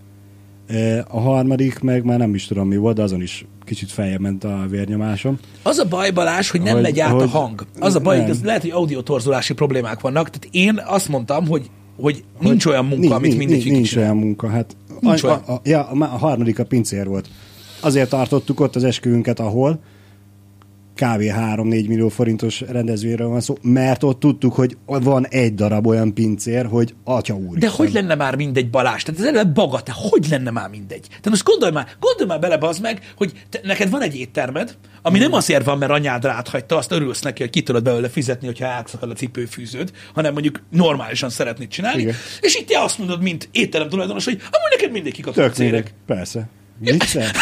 A harmadik meg már nem is tudom mi volt, de azon is kicsit feljebb ment a vérnyomásom. Az a baj, Balázs, hogy nem hogy, megy át hogy, a hang. Az a baj, nem. hogy az lehet, hogy audiotorzulási problémák vannak. Tehát én azt mondtam, hogy, hogy nincs hogy olyan munka, nincs, amit mindegy, nincs, nincs olyan munka. Hát nincs a, olyan. A, a, ja, a, a harmadik a pincér volt. Azért tartottuk ott az esküvünket, ahol kb. három-négy millió forintos rendezvényről van szó, mert ott tudtuk, hogy van egy darab olyan pincér, hogy atya úr. De hogy lenne már mindegy, Balázs? Tehát ez eleve bagate, hogy lenne már mindegy? Tehát most gondolj már, gondolj már bele, bazd meg, hogy te, neked van egy éttermed, ami mm. nem azért van, mert anyád rád hagyta, azt örülsz neki, hogy ki tudod belőle fizetni, hogyha elszakad a cipőfűződ, hanem mondjuk normálisan szeretnéd csinálni. Igen. És itt te azt mondod, mint étterem tulajdonos, hogy amúgy neked mindegy kikapott a cérek. Persze. Vicce?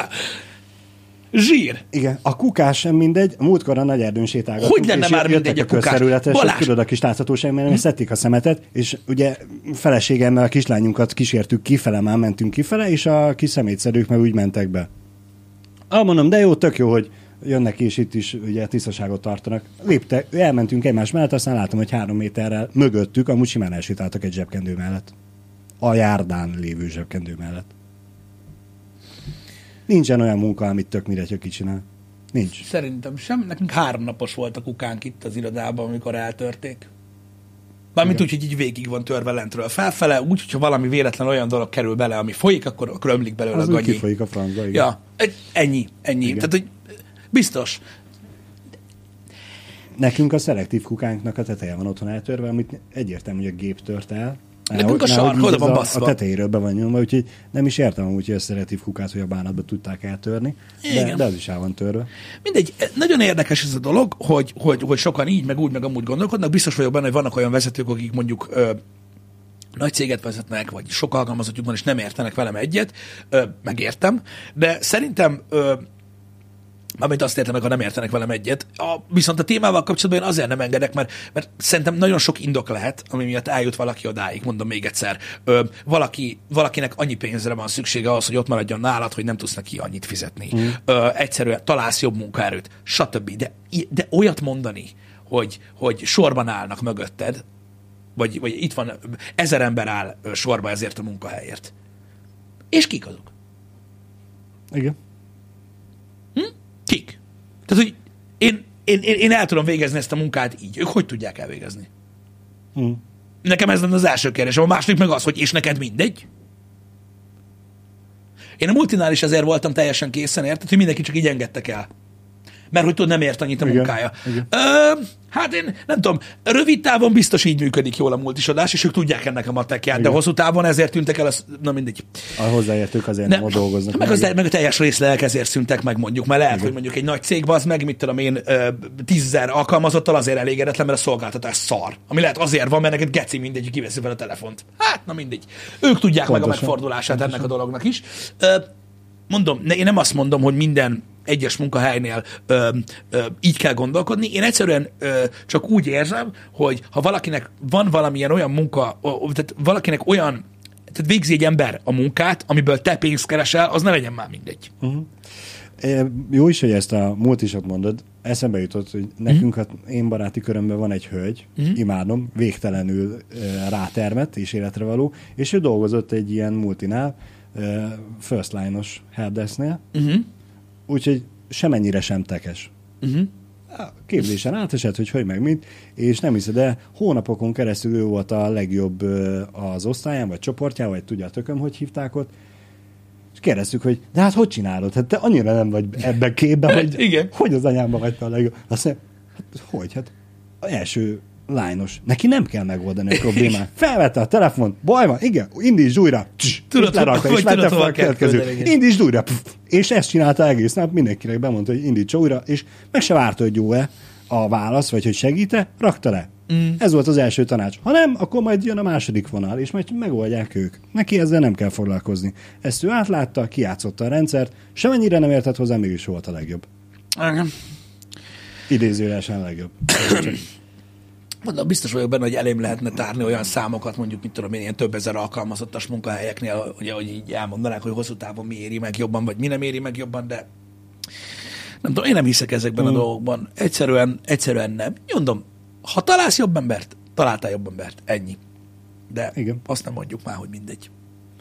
Zsír. Igen, a kukás sem mindegy. A múltkor a nagy erdőn sétálgattunk. Hogy lenne már mindegy a kukás? Balázs! Tudod, a kis láthatóság, mert hm? szedték a szemetet, és ugye feleségemmel a kislányunkat kísértük kifele, már mentünk kifele, és a kis szemétszedők meg úgy mentek be. Ah, mondom, de jó, tök jó, hogy jönnek és itt is ugye tisztaságot tartanak. Léptek, elmentünk egymás mellett, aztán látom, hogy három méterrel mögöttük, amúgy simán elsétáltak egy zsebkendő mellett. A járdán lévő zsebkendő mellett. Nincsen olyan munka, amit tök mindegy, hogy ki csinál. Nincs. Szerintem sem. Nekünk három napos volt a kukánk itt az irodában, amikor eltörték. Mármint úgy, hogy így végig van törve lentről felfele, úgy, hogyha valami véletlen olyan dolog kerül bele, ami folyik, akkor, akkor ömlik belőle az a gagyi. Az kifolyik a francba, igen. Ja, ennyi, ennyi. Igen. Tehát, hogy biztos. Nekünk a szelektív kukánknak a teteje van otthon eltörve, amit egyértelmű, hogy a gép tört el. Nekünk a sark oda van baszva. A tetejéről be van nyomva, úgyhogy nem is értem amúgy, hogy a szelektív kukát, hogy a bánatba tudták eltörni, de, de az is el van törve. Mindegy, nagyon érdekes ez a dolog, hogy, hogy, hogy sokan így, meg úgy, meg amúgy gondolkodnak. Biztos vagyok benne, hogy vannak olyan vezetők, akik mondjuk ö, nagy céget vezetnek, vagy sok alkalmazottjuk van, és nem értenek velem egyet, ö, megértem, de szerintem ö, Mármint azt értem meg, ha nem értenek velem egyet. A, viszont a témával kapcsolatban én azért nem engedek, mert, mert szerintem nagyon sok indok lehet, ami miatt eljut valaki odáig, mondom még egyszer. Ö, valaki, valakinek annyi pénzre van szüksége ahhoz, hogy ott maradjon nálad, hogy nem tudsz neki annyit fizetni. Mm. Ö, egyszerűen találsz jobb munkaerőt, stb. De, de olyat mondani, hogy, hogy sorban állnak mögötted, vagy, vagy itt van, ezer ember áll sorba ezért a munkahelyért. És kik azok? Igen. Hm? Kik? Tehát, hogy én, én, én el tudom végezni ezt a munkát így. Ők hogy tudják elvégezni? Mm. Nekem ez lenne az első kérdésem. A második meg az, hogy és neked mindegy? Én a multinál is ezért voltam teljesen készen, érted, hogy mindenki csak így engedtek el. Mert hogy tudod, nem ért annyit a Igen, munkája. igen. Ö, hát én nem tudom, rövid távon biztos így működik jól a multisodás, és ők tudják ennek a matekját, de hosszú távon ezért tűntek el, az, na mindegy. A hozzáértők azért nem, nem ott dolgoznak. Meg, az, meg a teljes részlelek ezért szüntek meg mondjuk, mert lehet, igen. hogy mondjuk egy nagy cégben az meg, mit tudom én, tízezer alkalmazottal azért elégedetlen, mert a szolgáltatás szar. Ami lehet azért van, mert neked geci mindegy, hogy kiveszi fel a telefont. Hát, na mindegy. Ők tudják pontosan, meg a megfordulását pontosan. Ennek a dolognak is. Mondom, én nem azt mondom, hogy minden egyes munkahelynél ö, ö, így kell gondolkodni. Én egyszerűen ö, csak úgy érzem, hogy ha valakinek van valamilyen olyan munka, ö, tehát valakinek olyan, tehát végzi egy ember a munkát, amiből te pénzt keresel, az ne legyen már mindegy. Uh-huh. É, jó is, hogy ezt a multisat mondod. Eszembe jutott, hogy nekünk, uh-huh. a én baráti körömben van egy hölgy, uh-huh. imádom, végtelenül ö, rátermett és életre való, és ő dolgozott egy ilyen multinál, ö, first line-os helpdesk-nél, uh-huh. úgyhogy semennyire sem tekes. Uh-huh. Képzésen átesett, hogy hogy meg mit, és nem hiszed, de hónapokon keresztül ő volt a legjobb az osztályán, vagy csoportján, vagy tudja a tököm, hogy hívták ott, és kérdeztük, hogy de hát hogy csinálod? Hát te annyira nem vagy ebben képben, hogy, igen. hogy az anyámban vagy te a legjobb. Azt mondja, hát hogy? Hát az első lányos. Neki nem kell megoldani a problémát. Felvette a telefont, baj van, igen, indítsd újra. Tudod, lerakta, és vette fel a következő. Indítsd újra. Pff, és ezt csinálta egész nap, mindenkinek bemondta, hogy indítsa újra, és meg se várta, hogy jó-e a válasz, vagy hogy segít-e, rakta le. Mm. Ez volt az első tanács. Ha nem, akkor majd jön a második vonal, és majd megoldják ők. Neki ezzel nem kell foglalkozni. Ezt ő átlátta, kijátszotta a rendszert, semennyire nem értett hozzá, mégis volt a legjobb. Igen. Idézőjelesen legjobb. Mondom, biztos vagyok benne, hogy elém lehetne tárni olyan számokat, mondjuk, mit tudom én, ilyen több ezer alkalmazottas munkahelyeknél, ugye, hogy így elmondanák, hogy hosszú távon mi éri meg jobban, vagy mi nem éri meg jobban, de nem tudom, én nem hiszek ezekben mm. a dolgokban. Egyszerűen, egyszerűen nem. Mondom, ha találsz jobb embert, találtál jobb embert. Ennyi. De igen. Azt nem mondjuk már, hogy mindegy.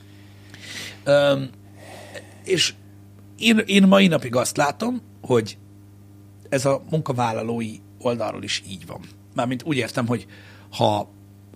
Üm, és én, én mai napig azt látom, hogy ez a munkavállalói oldalról is így van. Mármint úgy értem, hogy ha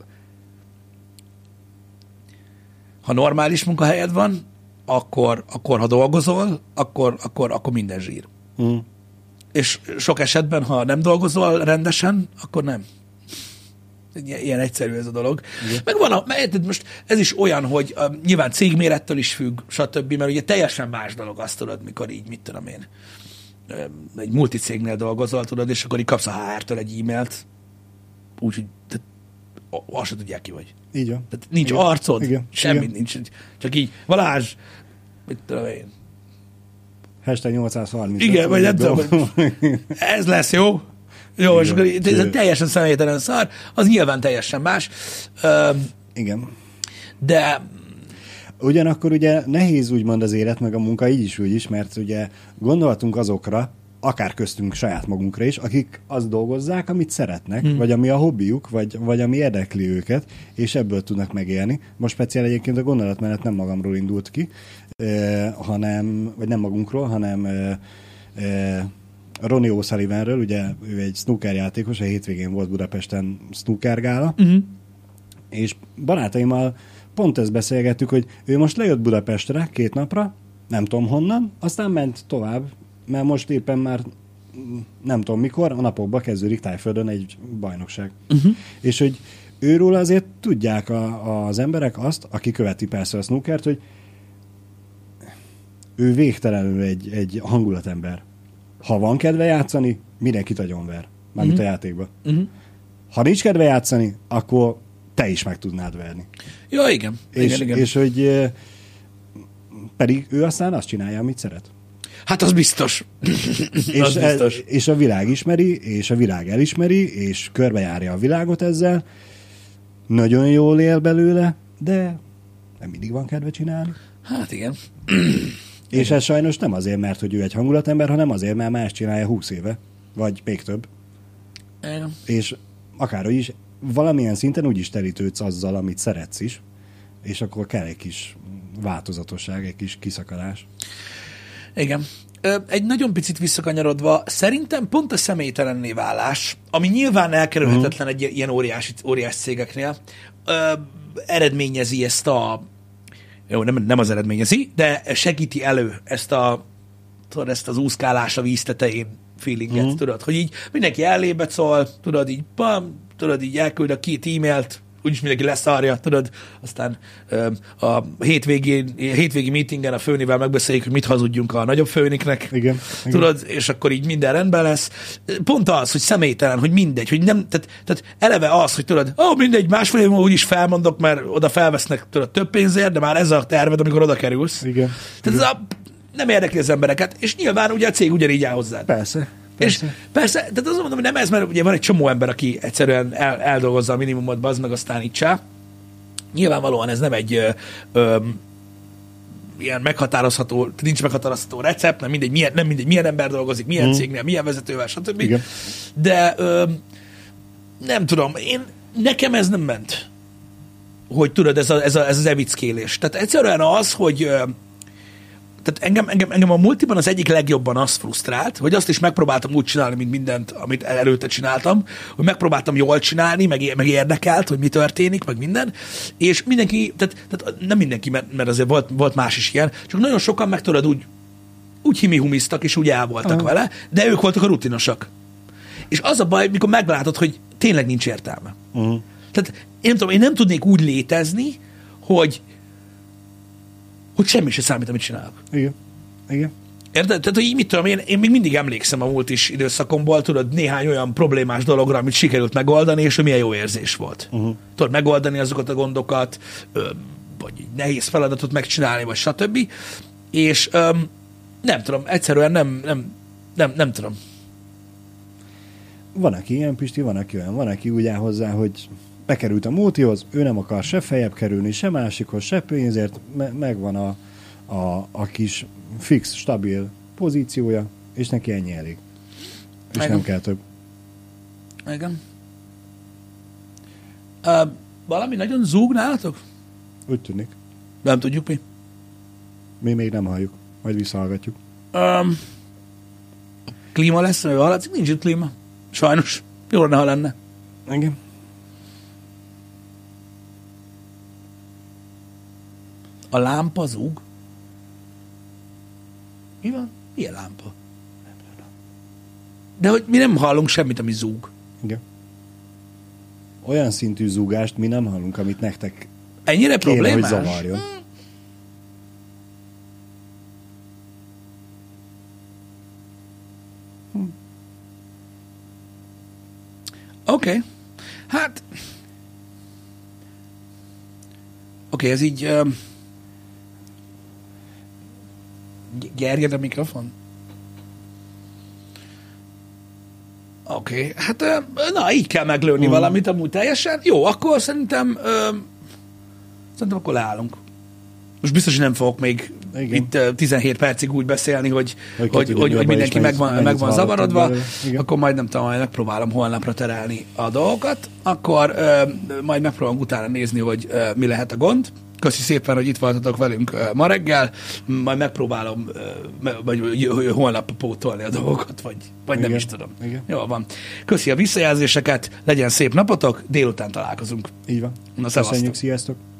ha normális munkahelyed van, akkor, akkor ha dolgozol, akkor, akkor, akkor minden zsír. Mm. És sok esetben, ha nem dolgozol rendesen, akkor nem. Ilyen egyszerű ez a dolog. Igen. Meg van, a, mert most ez is olyan, hogy uh, nyilván cégmérettől is függ, stb., mert ugye teljesen más dolog azt tudod, mikor így, mit tudom én, egy multicégnél dolgozol, tudod, és akkor így kapsz a há er-től egy e-mailt, úgyhogy azt se tudják ki vagy. Így van. Tehát nincs igen. arcod, igen. semmi igen. nincs. Csak így, Balázs, mit tudom én. Hashtag nyolcszázharminc. Igen, vagy nem tudom, ez lesz, jó? Jó, és akkor ez teljesen személytelen szar, az nyilván teljesen más. Igen. De ugyanakkor ugye nehéz úgymond az élet, meg a munka így is, úgy is, mert ugye gondoltunk azokra, akár köztünk saját magunkra is, akik azt dolgozzák, amit szeretnek, hmm. vagy ami a hobbiuk, vagy, vagy ami érdekli őket, és ebből tudnak megélni. Most speciál egyébként a gondolatmenet nem magamról indult ki, eh, hanem, vagy nem magunkról, hanem eh, eh, Ronnie O'Sullivanről, ugye ő egy snooker játékos, a hétvégén volt Budapesten snooker gála, uh-huh. és barátaimmal pont ezt beszélgettük, hogy ő most lejött Budapestre két napra, nem tudom honnan, aztán ment tovább, mert most éppen már nem tudom mikor, a napokban kezdődik Tájföldön egy bajnokság. Uh-huh. És hogy őről azért tudják a, az emberek azt, aki követi persze a snookert, hogy ő végtelenül egy, egy hangulatember. Ha van kedve játszani, mindenkit agyonver. Mármint uh-huh. a játékban. Uh-huh. Ha nincs kedve játszani, akkor te is meg tudnád verni. Ja, igen. És, igen, igen. és hogy pedig ő aztán azt csinálja, amit szeret. Hát az biztos. és, az biztos. E, és a világ ismeri, és a világ elismeri, és körbejárja a világot ezzel. Nagyon jól él belőle, de nem mindig van kedve csinálni. Hát igen. És ez sajnos nem azért, mert hogy ő egy hangulatember, hanem azért, mert más csinálja húsz éve, vagy még több. Igen. És akárhogy is, valamilyen szinten úgyis terítődsz azzal, amit szeretsz is, és akkor kell egy kis változatosság, egy kis kiszakadás. Igen. Egy nagyon picit visszakanyarodva, szerintem pont a személytelenné válás, ami nyilván elkerülhetetlen uh-huh. egy ilyen óriási, óriás cégeknél, ö, eredményezi ezt a jó, nem, nem az eredményezi, de segíti elő ezt a tudod, ezt az úszkálás a víz tetején feelinget, mm. tudod, hogy így mindenki ellébe szól, tudod, így pam, tudod, így elküld a két e-mailt, úgyis mindenki leszarja, tudod, aztán a hétvégi, hétvégi meetingen a főnivel megbeszéljük, hogy mit hazudjunk a nagyobb főniknek, igen, tudod, igen. és akkor így minden rendben lesz. Pont az, hogy személytelen, hogy mindegy, hogy nem, tehát, tehát eleve az, hogy tudod, ó, oh, mindegy, másfél év múlva úgyis felmondok, mert oda felvesznek, tudod, több pénzért, de már ez a terved, amikor oda kerülsz. Igen. Tehát igen. ez a, nem érdekli az embereket, és nyilván ugye a cég ugyanígy áll hozzád. Persze. Persze. És persze, tehát azt mondom, hogy nem ez, mert ugye van egy csomó ember, aki egyszerűen el, eldolgozza a minimumot, bazd meg, aztán így csá. Nyilvánvalóan ez nem egy ö, ö, ilyen meghatározható, nincs meghatározható recept, nem mindegy, milyen, nem mindegy, milyen ember dolgozik, milyen mm. cégnél, milyen vezetővel, stb. Igen. De ö, nem tudom, én, nekem ez nem ment, hogy tudod, ez, a, ez, a, ez az evickélés. Tehát egyszerűen az, hogy ö, tehát engem, engem, engem a multiban az egyik legjobban az frusztrált, hogy azt is megpróbáltam úgy csinálni, mint mindent, amit előtte csináltam, hogy megpróbáltam jól csinálni, meg, meg érdekelt, hogy mi történik, meg minden, és mindenki, tehát, tehát nem mindenki, mert, mert azért volt, volt más is ilyen, csak nagyon sokan meg tudod úgy, úgy himihumiztak, és úgy el voltak uh-huh. vele, de ők voltak a rutinosak. És az a baj, mikor meglátod, hogy tényleg nincs értelme. Uh-huh. Tehát én nem tudom, én nem tudnék úgy létezni, hogy hogy semmi se számít, amit csinálok. Igen. Igen. Érted? Tehát, hogy így mit tudom, én, én még mindig emlékszem a múlt is időszakomból, tudod, néhány olyan problémás dologra, amit sikerült megoldani, és hogy milyen jó érzés volt. Uh-huh. Tudod, megoldani azokat a gondokat, vagy egy nehéz feladatot megcsinálni, vagy stb. És öm, nem tudom, egyszerűen nem, nem, nem, nem tudom. Van, aki ilyen, Pisti, van, aki olyan. Van, aki úgy áll hozzá, hogy bekerült a multihoz, ő nem akar se feljebb kerülni, se másikhoz, se pénzért, me- megvan a, a, a kis fix, stabil pozíciója, és neki ennyi elég. És igen. Nem kell több. Igen. Uh, valami nagyon zúg nálatok? Úgy tűnik. Nem tudjuk mi. Mi még nem halljuk, majd visszahallgatjuk. Um, klíma lesz, mert hallatszik, nincs itt klíma. Sajnos. Jó lenne, ha lenne. Igen. A lámpa zúg? Mi van? Milyen lámpa? Nem tudom. De hogy mi nem hallunk semmit, ami zúg. Igen. Olyan szintű zúgást mi nem hallunk, amit nektek ennyire kéne, problémás? hogy zavarjon. Hmm. Hmm. Oké. Okay. Hát... Oké, okay, ez így... Um... Gerjed a mikrofon? Oké, okay. Hát na, így kell meglőni mm. valamit amúgy teljesen. Jó, akkor szerintem ö, szerintem akkor leállunk. Most biztos, hogy nem fogok még igen. itt tizenhét percig úgy beszélni, hogy, hogy, hogy, hogy, hogy mindenki meg van, meg van zavarodva. Akkor majd nem tudom, majd megpróbálom holnapra terelni a dolgokat. Akkor ö, majd megpróbálom utána nézni, hogy ö, mi lehet a gond. Köszi szépen, hogy itt voltatok velünk ma reggel, majd megpróbálom vagy holnap pótolni a dolgokat, vagy, vagy nem is tudom. Igen. Jól van. Köszi a visszajelzéseket, legyen szép napotok, délután találkozunk. Így van. Na, szevasztok. Köszönjük, sziasztok.